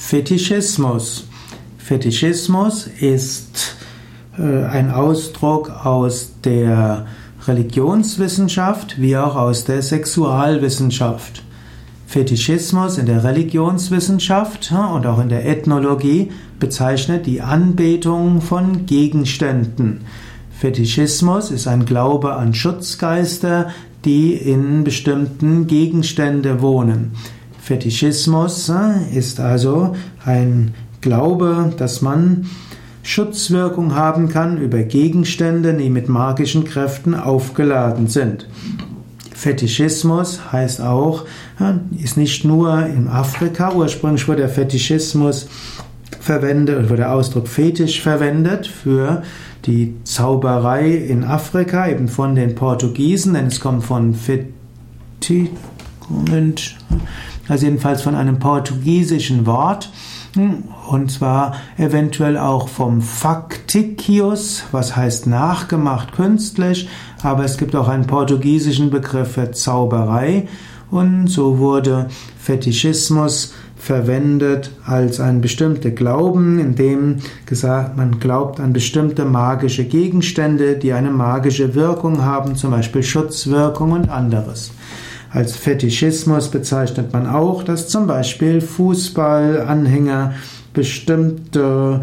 Fetischismus. Fetischismus ist ein Ausdruck aus der Religionswissenschaft wie auch aus der Sexualwissenschaft. Fetischismus in der Religionswissenschaft und auch in der Ethnologie bezeichnet die Anbetung von Gegenständen. Fetischismus ist ein Glaube an Schutzgeister, die in bestimmten Gegenständen wohnen. Fetischismus ist also ein Glaube, dass man Schutzwirkung haben kann über Gegenstände, die mit magischen Kräften aufgeladen sind. Fetischismus heißt auch, ist nicht nur in Afrika, ursprünglich wurde der Fetischismus verwendet, oder wurde der Ausdruck Fetisch verwendet für die Zauberei in Afrika, eben von den Portugiesen, denn es kommt von also jedenfalls von einem portugiesischen Wort, und zwar eventuell auch vom Facticius, was heißt nachgemacht, künstlich, aber es gibt auch einen portugiesischen Begriff für Zauberei, und so wurde Fetischismus verwendet als ein bestimmter Glauben, in dem gesagt, man glaubt an bestimmte magische Gegenstände, die eine magische Wirkung haben, zum Beispiel Schutzwirkung und anderes. Als Fetischismus bezeichnet man auch, dass zum Beispiel Fußballanhänger bestimmte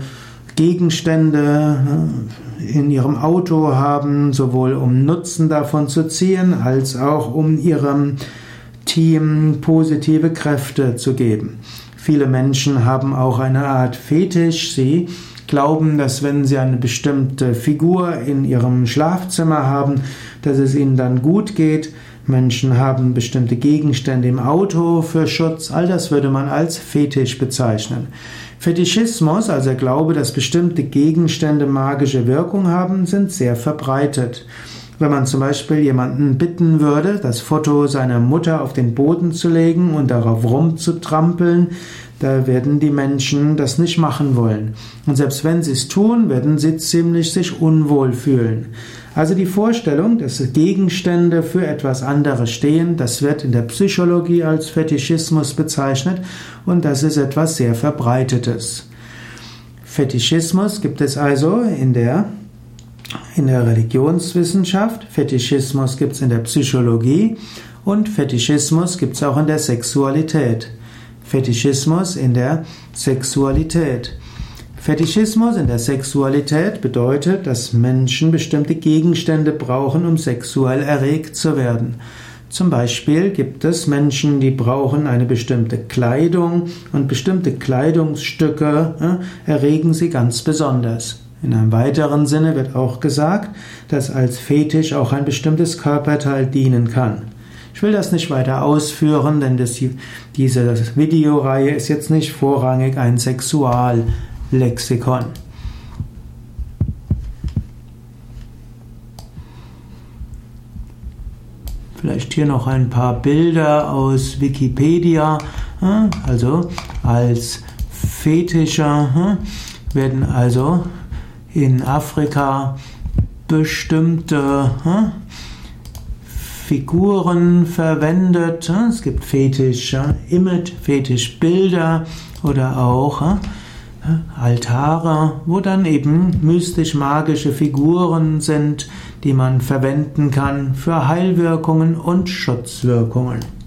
Gegenstände in ihrem Auto haben, sowohl um Nutzen davon zu ziehen, als auch um ihrem Team positive Kräfte zu geben. Viele Menschen haben auch eine Art Fetisch. Sie glauben, dass wenn sie eine bestimmte Figur in ihrem Schlafzimmer haben, dass es ihnen dann gut geht. Menschen haben bestimmte Gegenstände im Auto für Schutz. All das würde man als Fetisch bezeichnen. Fetischismus, also der Glaube, dass bestimmte Gegenstände magische Wirkung haben, sind sehr verbreitet. Wenn man zum Beispiel jemanden bitten würde, das Foto seiner Mutter auf den Boden zu legen und darauf rumzutrampeln, da werden die Menschen das nicht machen wollen. Und selbst wenn sie es tun, werden sie ziemlich sich unwohl fühlen. Also die Vorstellung, dass Gegenstände für etwas anderes stehen, das wird in der Psychologie als Fetischismus bezeichnet, und das ist etwas sehr Verbreitetes. Fetischismus gibt es also in der Religionswissenschaft, Fetischismus gibt es in der Psychologie und Fetischismus gibt es auch in der Sexualität. Fetischismus in der Sexualität. Fetischismus in der Sexualität bedeutet, dass Menschen bestimmte Gegenstände brauchen, um sexuell erregt zu werden. Zum Beispiel gibt es Menschen, die brauchen eine bestimmte Kleidung, und bestimmte Kleidungsstücke erregen sie ganz besonders. In einem weiteren Sinne wird auch gesagt, dass als Fetisch auch ein bestimmtes Körperteil dienen kann. Ich will das nicht weiter ausführen, denn diese Videoreihe ist jetzt nicht vorrangig ein Sexuallexikon. Vielleicht hier noch ein paar Bilder aus Wikipedia. Also als Fetische werden also in Afrika bestimmte Figuren verwendet. Es gibt Fetisch-Image, Fetischbilder oder auch Altare, wo dann eben mystisch-magische Figuren sind, die man verwenden kann für Heilwirkungen und Schutzwirkungen.